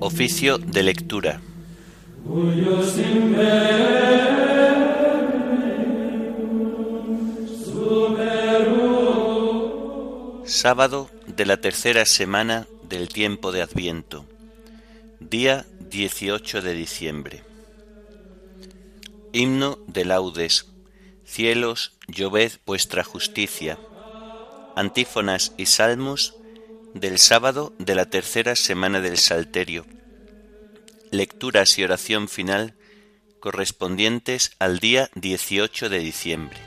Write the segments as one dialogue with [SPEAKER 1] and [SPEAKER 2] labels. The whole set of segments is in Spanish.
[SPEAKER 1] Oficio de lectura. Sábado de la tercera semana del tiempo de Adviento, día 18 de diciembre. Himno de laudes. Cielos, lloved vuestra justicia. Antífonas y salmos del sábado de la tercera semana del Salterio. Lecturas y oración final correspondientes al día 18 de diciembre.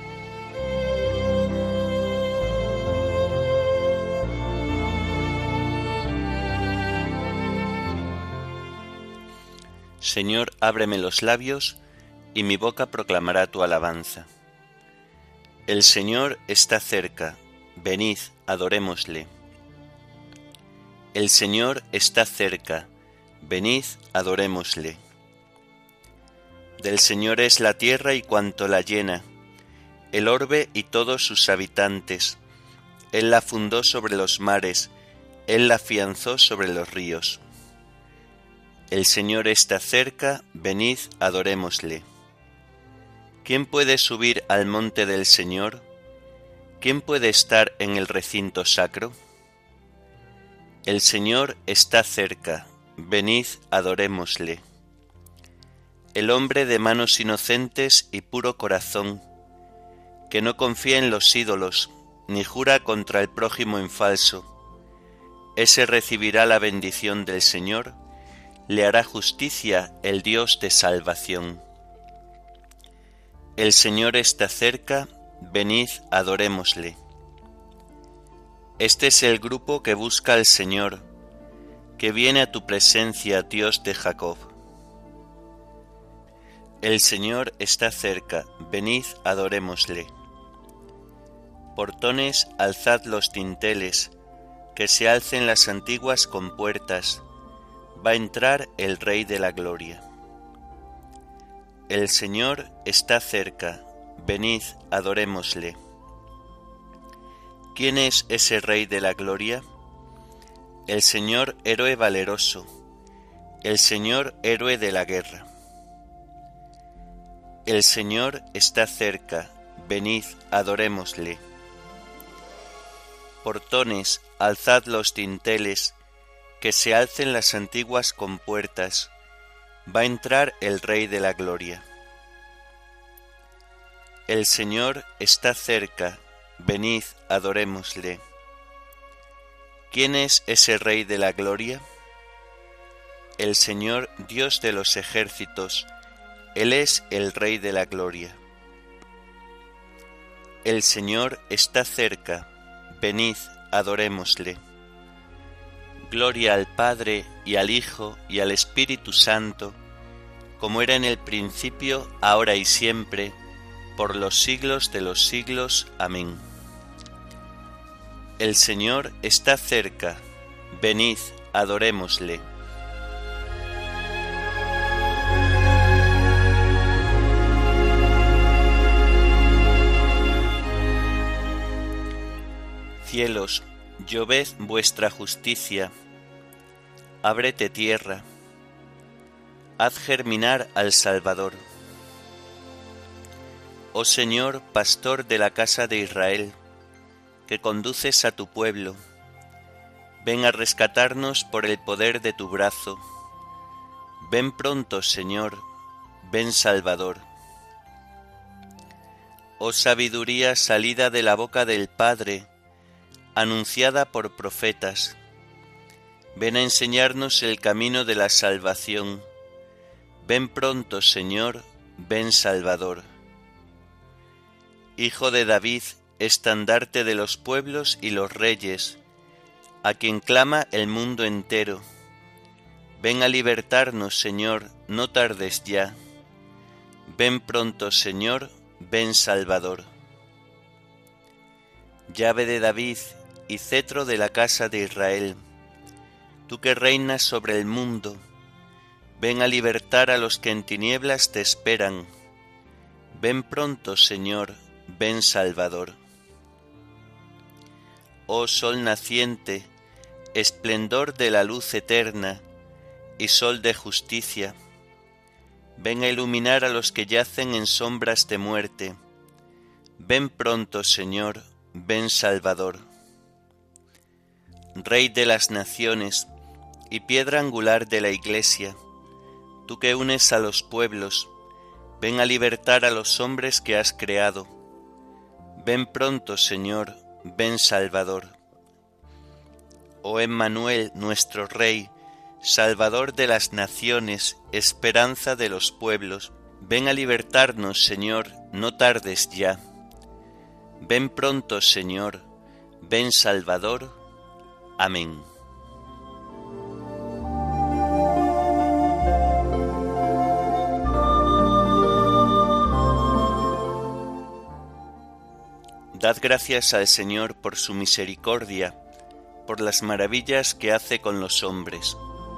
[SPEAKER 1] Señor, ábreme los labios, y mi boca proclamará tu alabanza. El Señor está cerca, venid, adorémosle. El Señor está cerca, venid, adorémosle. Del Señor es la tierra y cuanto la llena, el orbe y todos sus habitantes. Él la fundó sobre los mares, Él la afianzó sobre los ríos. El Señor está cerca, venid, adorémosle. ¿Quién puede subir al monte del Señor? ¿Quién puede estar en el recinto sacro? El Señor está cerca, venid, adorémosle. El hombre de manos inocentes y puro corazón, que no confía en los ídolos, ni jura contra el prójimo en falso, ese recibirá la bendición del Señor, le hará justicia el Dios de salvación. El Señor está cerca, venid, adorémosle. Este es el grupo que busca al Señor, que viene a tu presencia, Dios de Jacob. El Señor está cerca, venid, adorémosle. Portones, alzad los dinteles, que se alcen las antiguas compuertas, va a entrar el Rey de la Gloria. El Señor está cerca, venid, adorémosle. ¿Quién es ese Rey de la Gloria? El Señor héroe valeroso, el Señor héroe de la guerra. El Señor está cerca, venid, adorémosle. Portones, alzad los dinteles, que se alcen las antiguas compuertas, va a entrar el Rey de la Gloria. El Señor está cerca, venid, adorémosle. ¿Quién es ese Rey de la Gloria? El Señor Dios de los ejércitos, Él es el Rey de la Gloria. El Señor está cerca, venid, adorémosle. Gloria al Padre, y al Hijo, y al Espíritu Santo, como era en el principio, ahora y siempre, por los siglos de los siglos. Amén. El Señor está cerca, venid, adorémosle. Cielos, lloved vuestra justicia, ábrete tierra, haz germinar al Salvador. Oh Señor, pastor de la casa de Israel, que conduces a tu pueblo, ven a rescatarnos por el poder de tu brazo. Ven pronto, Señor, ven Salvador. Oh sabiduría salida de la boca del Padre, anunciada por profetas, ven a enseñarnos el camino de la salvación. Ven pronto, Señor, ven Salvador. Hijo de David, estandarte de los pueblos y los reyes, a quien clama el mundo entero, ven a libertarnos, Señor, no tardes ya. Ven pronto, Señor, ven Salvador. Llave de David y cetro de la casa de Israel, tú que reinas sobre el mundo, ven a libertar a los que en tinieblas te esperan. Ven pronto, Señor, ven Salvador. Oh sol naciente, esplendor de la luz eterna, y sol de justicia. Ven a iluminar a los que yacen en sombras de muerte. Ven pronto, Señor, ven Salvador. Rey de las naciones y piedra angular de la Iglesia, tú que unes a los pueblos, ven a libertar a los hombres que has creado. Ven pronto, Señor, ven Salvador. Oh Emmanuel, nuestro Rey, Salvador de las naciones, esperanza de los pueblos, ven a libertarnos, Señor, no tardes ya. Ven pronto, Señor, ven Salvador. Amén. Dad gracias al Señor por su misericordia, por las maravillas que hace con los hombres.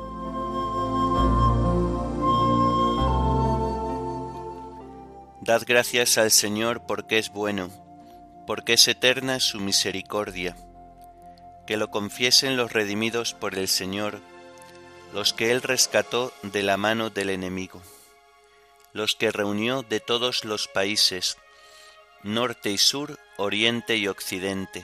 [SPEAKER 1] Dad gracias al Señor porque es bueno, porque es eterna su misericordia. Que lo confiesen los redimidos por el Señor, los que Él rescató de la mano del enemigo, los que reunió de todos los países, norte y sur, oriente y occidente.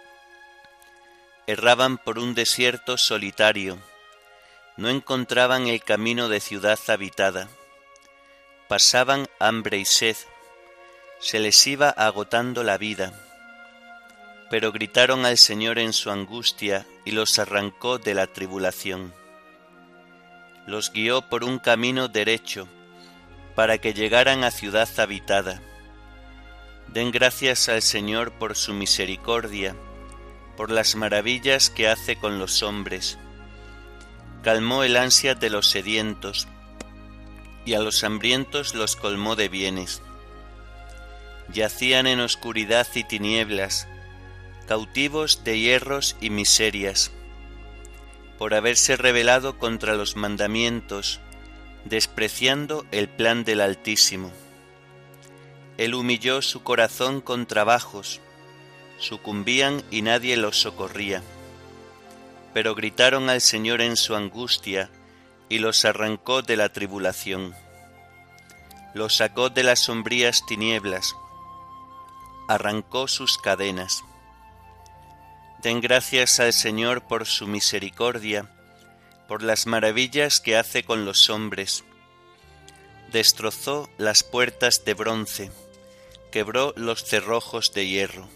[SPEAKER 1] Erraban por un desierto solitario, no encontraban el camino de ciudad habitada, pasaban hambre y sed, se les iba agotando la vida, pero gritaron al Señor en su angustia y los arrancó de la tribulación. Los guió por un camino derecho, para que llegaran a ciudad habitada. Den gracias al Señor por su misericordia, por las maravillas que hace con los hombres. Calmó el ansia de los sedientos, y a los hambrientos los colmó de bienes. Yacían en oscuridad y tinieblas, cautivos de hierros y miserias, por haberse rebelado contra los mandamientos, despreciando el plan del Altísimo. Él humilló su corazón con trabajos, sucumbían y nadie los socorría. Pero gritaron al Señor en su angustia, y los arrancó de la tribulación. Los sacó de las sombrías tinieblas, arrancó sus cadenas. Den gracias al Señor por su misericordia, por las maravillas que hace con los hombres. Destrozó las puertas de bronce, quebró los cerrojos de hierro.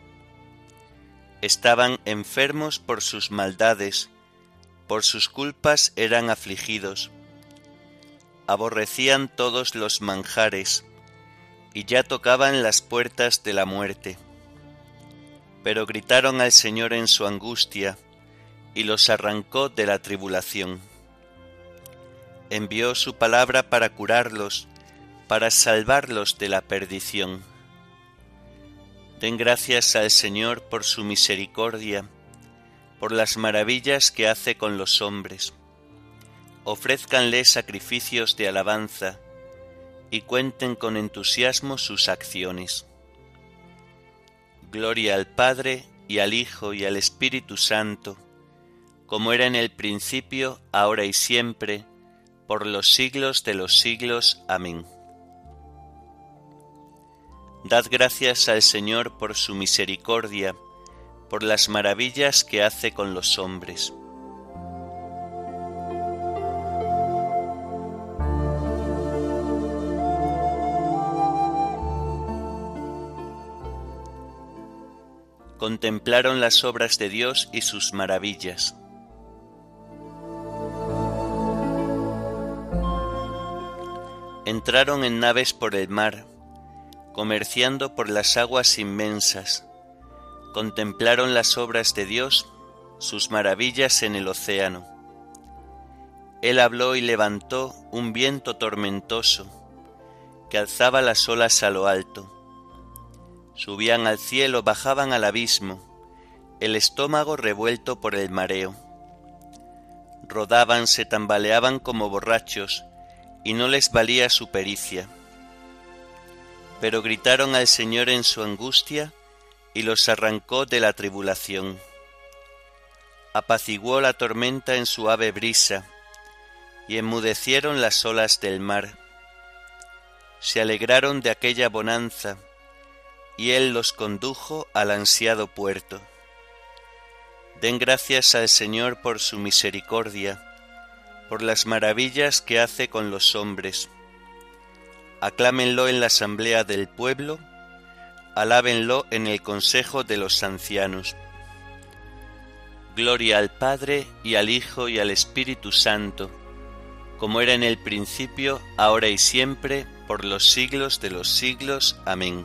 [SPEAKER 1] Estaban enfermos por sus maldades, por sus culpas eran afligidos. Aborrecían todos los manjares, y ya tocaban las puertas de la muerte. Pero gritaron al Señor en su angustia, y los arrancó de la tribulación. Envió su palabra para curarlos, para salvarlos de la perdición. Den gracias al Señor por su misericordia, por las maravillas que hace con los hombres. Ofrézcanle sacrificios de alabanza, y cuenten con entusiasmo sus acciones. Gloria al Padre, y al Hijo, y al Espíritu Santo, como era en el principio, ahora y siempre, por los siglos de los siglos. Amén. Dad gracias al Señor por su misericordia, por las maravillas que hace con los hombres. Contemplaron las obras de Dios y sus maravillas. Entraron en naves por el mar, comerciando por las aguas inmensas. Contemplaron las obras de Dios, sus maravillas en el océano. Él habló y levantó un viento tormentoso, que alzaba las olas a lo alto. Subían al cielo, bajaban al abismo, el estómago revuelto por el mareo. Rodaban, se tambaleaban como borrachos, y no les valía su pericia. Pero gritaron al Señor en su angustia, y los arrancó de la tribulación. Apaciguó la tormenta en suave brisa, y enmudecieron las olas del mar. Se alegraron de aquella bonanza, y él los condujo al ansiado puerto. Den gracias al Señor por su misericordia, por las maravillas que hace con los hombres. Aclámenlo en la asamblea del pueblo, alábenlo en el consejo de los ancianos. Gloria al Padre, y al Hijo, y al Espíritu Santo, como era en el principio, ahora y siempre, por los siglos de los siglos. Amén.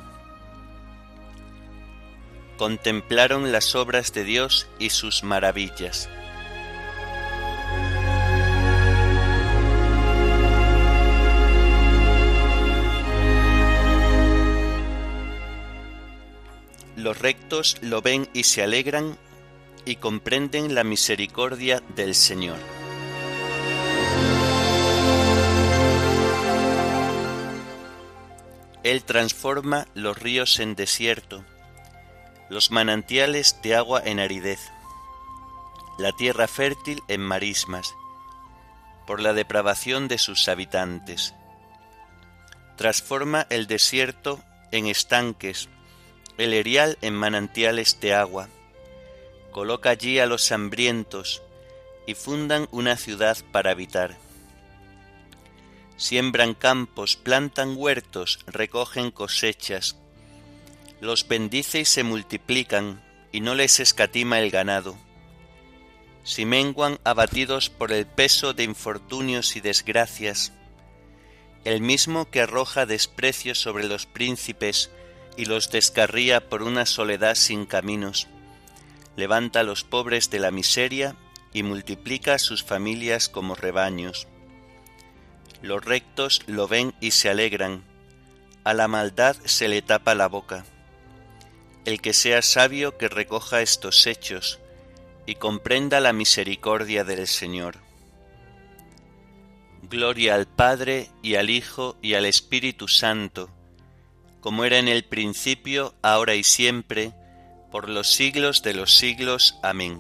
[SPEAKER 1] Contemplaron las obras de Dios y sus maravillas. Los rectos lo ven y se alegran, y comprenden la misericordia del Señor. Él transforma los ríos en desierto, los manantiales de agua en aridez, la tierra fértil en marismas, por la depravación de sus habitantes. Transforma el desierto en estanques, el erial en manantiales de agua. Coloca allí a los hambrientos y fundan una ciudad para habitar. Siembran campos, plantan huertos, recogen cosechas. Los bendice y se multiplican, y no les escatima el ganado. Si menguan abatidos por el peso de infortunios y desgracias, el mismo que arroja desprecio sobre los príncipes y los descarría por una soledad sin caminos, levanta a los pobres de la miseria y multiplica sus familias como rebaños. Los rectos lo ven y se alegran, a la maldad se le tapa la boca. El que sea sabio que recoja estos hechos y comprenda la misericordia del Señor. Gloria al Padre, y al Hijo, y al Espíritu Santo, como era en el principio, ahora y siempre, por los siglos de los siglos. Amén.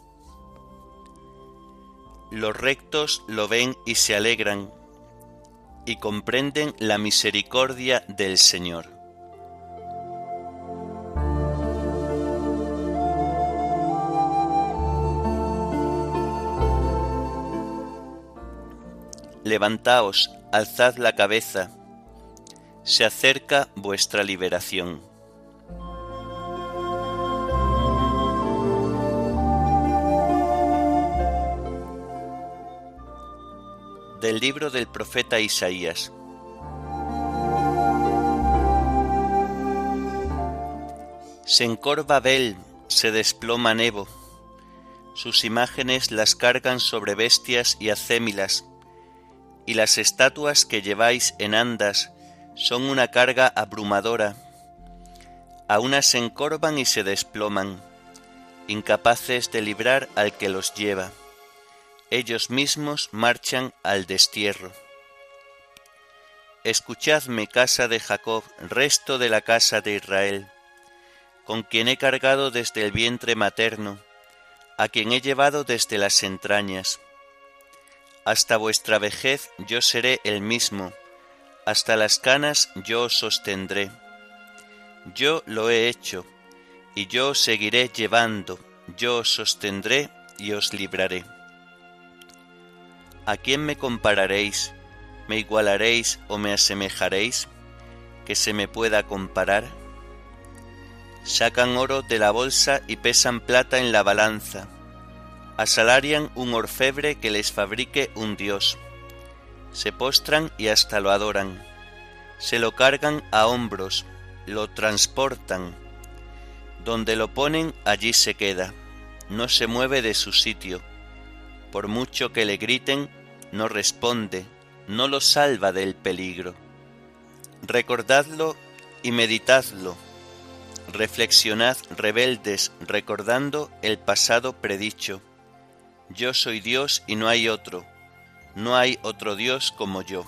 [SPEAKER 1] Los rectos lo ven y se alegran, y comprenden la misericordia del Señor. Levantaos, alzad la cabeza, se acerca vuestra liberación. Del libro del profeta Isaías. Se encorva Bel, se desploma Nebo, sus imágenes las cargan sobre bestias y acémilas, y las estatuas que lleváis en andas son una carga abrumadora. A unas se encorvan y se desploman, incapaces de librar al que los lleva. Ellos mismos marchan al destierro. Escuchadme, casa de Jacob, resto de la casa de Israel, con quien he cargado desde el vientre materno, a quien he llevado desde las entrañas. Hasta vuestra vejez yo seré el mismo, hasta las canas yo os sostendré. Yo lo he hecho, y yo os seguiré llevando, yo os sostendré y os libraré. ¿A quién me compararéis? ¿Me igualaréis o me asemejaréis? ¿Que se me pueda comparar? Sacan oro de la bolsa y pesan plata en la balanza. Asalarian un orfebre que les fabrique un dios. Se postran y hasta lo adoran. Se lo cargan a hombros, lo transportan. Donde lo ponen, allí se queda. No se mueve de su sitio. Por mucho que le griten, no responde, no lo salva del peligro. Recordadlo y meditadlo. Reflexionad, rebeldes, recordando el pasado predicho. Yo soy Dios y no hay otro Dios como yo.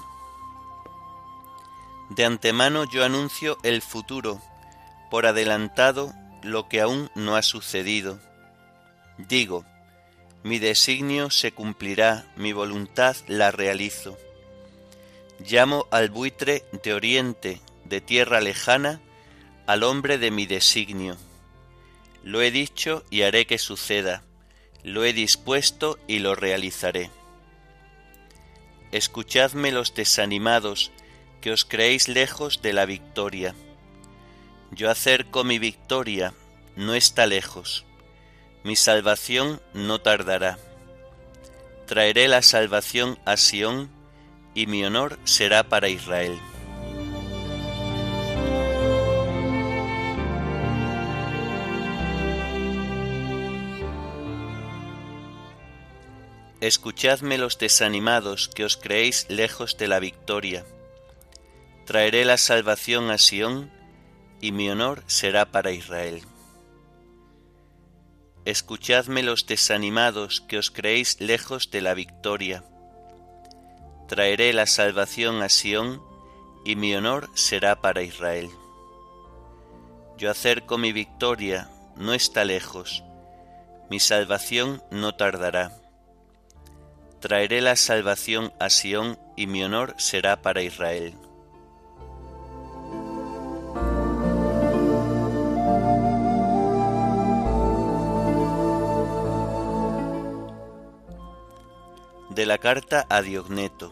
[SPEAKER 1] De antemano yo anuncio el futuro, por adelantado lo que aún no ha sucedido. Digo, Mi designio se cumplirá, mi voluntad la realizo. Llamo al buitre de oriente, de tierra lejana, al hombre de mi designio. Lo he dicho y haré que suceda, lo he dispuesto y lo realizaré. Escuchadme los desanimados, que os creéis lejos de la victoria. Yo acerco mi victoria, no está lejos. Mi salvación no tardará. Traeré la salvación a Sión, y mi honor será para Israel. Escuchadme los desanimados, que os creéis lejos de la victoria. Traeré la salvación a Sión, y mi honor será para Israel. Escuchadme los desanimados, que os creéis lejos de la victoria. Traeré la salvación a Sión, y mi honor será para Israel. Yo acerco mi victoria, no está lejos. Mi salvación no tardará. Traeré la salvación a Sión, y mi honor será para Israel. De la carta a Diogneto.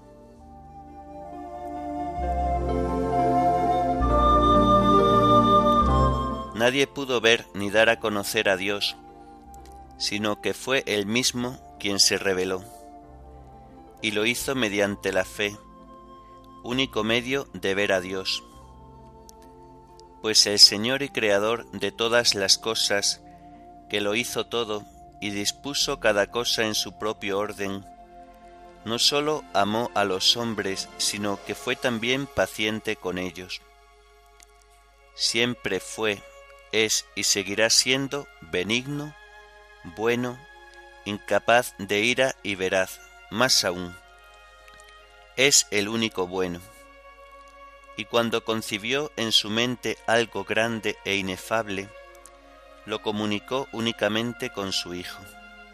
[SPEAKER 1] Nadie pudo ver ni dar a conocer a Dios, sino que fue Él mismo quien se reveló, y lo hizo mediante la fe, único medio de ver a Dios. Pues el Señor y Creador de todas las cosas, que lo hizo todo y dispuso cada cosa en su propio orden, no sólo amó a los hombres, sino que fue también paciente con ellos. Siempre fue, es y seguirá siendo benigno, bueno, incapaz de ira y veraz, más aún. Es el único bueno. Y cuando concibió en su mente algo grande e inefable, lo comunicó únicamente con su Hijo.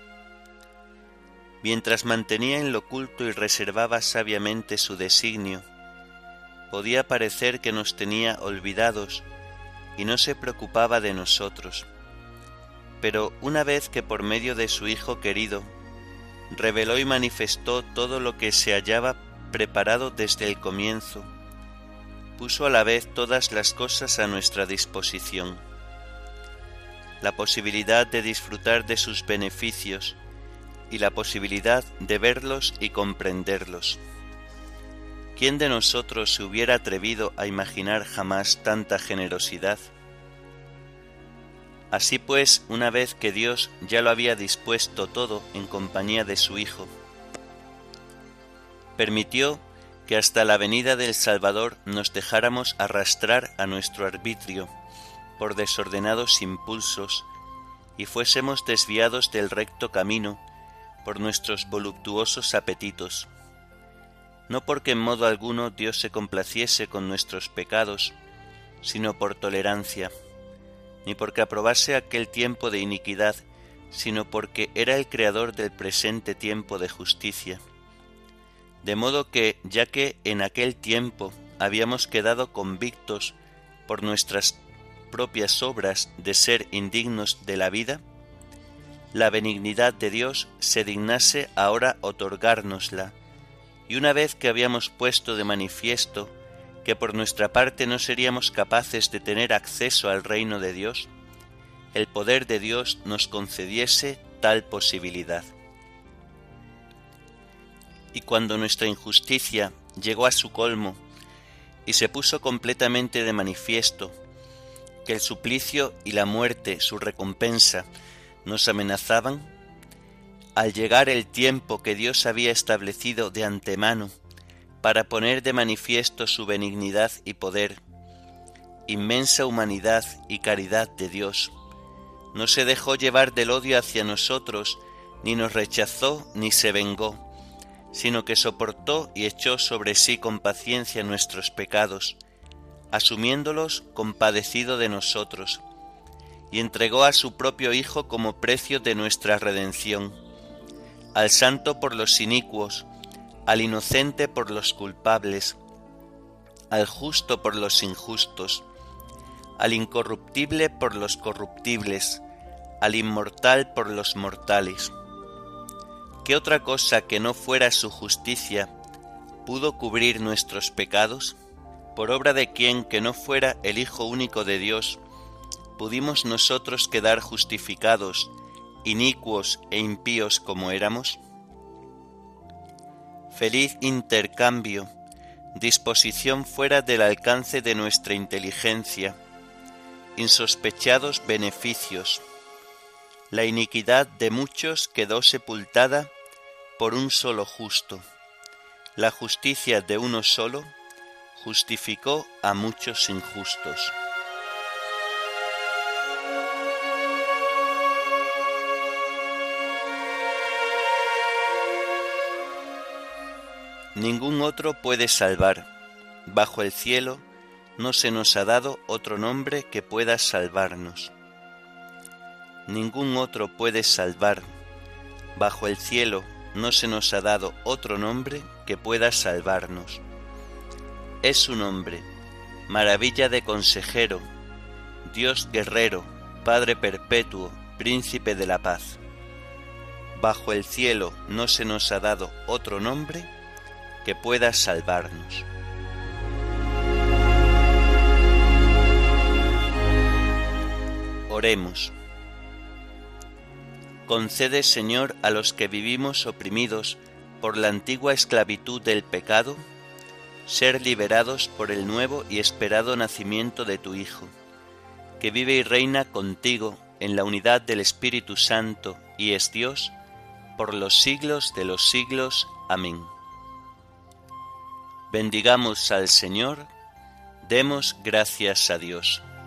[SPEAKER 1] Mientras mantenía en lo oculto y reservaba sabiamente su designio, podía parecer que nos tenía olvidados y no se preocupaba de nosotros. Pero una vez que por medio de su Hijo querido, reveló y manifestó todo lo que se hallaba preparado desde el comienzo, puso a la vez todas las cosas a nuestra disposición. La posibilidad de disfrutar de sus beneficios y la posibilidad de verlos y comprenderlos. ¿Quién de nosotros se hubiera atrevido a imaginar jamás tanta generosidad? Así pues, una vez que Dios ya lo había dispuesto todo en compañía de su Hijo, permitió que hasta la venida del Salvador nos dejáramos arrastrar a nuestro arbitrio por desordenados impulsos y fuésemos desviados del recto camino por nuestros voluptuosos apetitos. No porque en modo alguno Dios se complaciese con nuestros pecados, sino por tolerancia, ni porque aprobase aquel tiempo de iniquidad, sino porque era el creador del presente tiempo de justicia. De modo que, ya que en aquel tiempo habíamos quedado convictos por nuestras propias obras de ser indignos de la vida, la benignidad de Dios se dignase ahora otorgárnosla, y una vez que habíamos puesto de manifiesto que por nuestra parte no seríamos capaces de tener acceso al reino de Dios, el poder de Dios nos concediese tal posibilidad. Y cuando nuestra injusticia llegó a su colmo y se puso completamente de manifiesto que el suplicio y la muerte, su recompensa, nos amenazaban, al llegar el tiempo que Dios había establecido de antemano para poner de manifiesto su benignidad y poder, inmensa humanidad y caridad de Dios, no se dejó llevar del odio hacia nosotros, ni nos rechazó ni se vengó, sino que soportó y echó sobre sí con paciencia nuestros pecados, asumiéndolos compadecido de nosotros, y entregó a su propio Hijo como precio de nuestra redención, al santo por los inicuos, al inocente por los culpables, al justo por los injustos, al incorruptible por los corruptibles, al inmortal por los mortales. ¿Qué otra cosa que no fuera su justicia pudo cubrir nuestros pecados? Por obra de quien, que no fuera el Hijo único de Dios, pudimos nosotros quedar justificados, inicuos e impíos como éramos. Feliz intercambio, disposición fuera del alcance de nuestra inteligencia, insospechados beneficios. La iniquidad de muchos quedó sepultada por un solo justo. La justicia de uno solo justificó a muchos injustos. Ningún otro puede salvar. Bajo el cielo no se nos ha dado otro nombre que pueda salvarnos. Ningún otro puede salvar. Bajo el cielo no se nos ha dado otro nombre que pueda salvarnos. Es su nombre, maravilla de consejero, Dios guerrero, Padre perpetuo, príncipe de la paz. Bajo el cielo no se nos ha dado otro nombre que pueda salvarnos. Oremos. Concede, Señor, a los que vivimos oprimidos por la antigua esclavitud del pecado, ser liberados por el nuevo y esperado nacimiento de tu Hijo, que vive y reina contigo en la unidad del Espíritu Santo y es Dios, por los siglos de los siglos. Amén. Bendigamos al Señor, demos gracias a Dios.